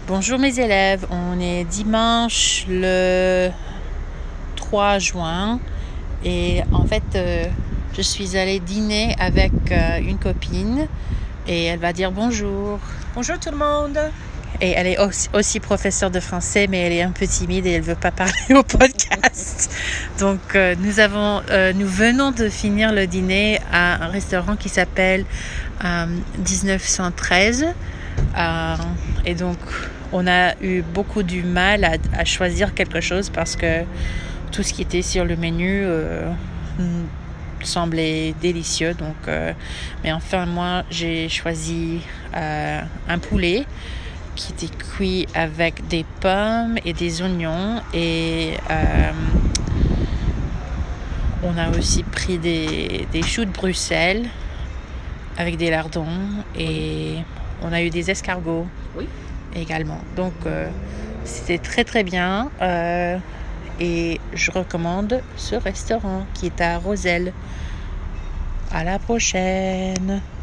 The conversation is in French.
Bonjour mes élèves, on est dimanche le 3 juin et en fait je suis allée dîner avec une copine et elle va dire bonjour. Bonjour tout le monde. Et elle est aussi professeure de français, mais elle est un peu timide et elle veut pas parler au podcast. Donc nous venons de finir le dîner à un restaurant qui s'appelle 1913. Et donc on a eu beaucoup du mal à choisir quelque chose parce que tout ce qui était sur le menu semblait délicieux. Donc, mais enfin moi j'ai choisi un poulet qui était cuit avec des pommes et des oignons et on a aussi pris des choux de Bruxelles avec des lardons et on a eu des escargots également. Donc c'était très très bien et je recommande ce restaurant qui est à Roselle. À la prochaine.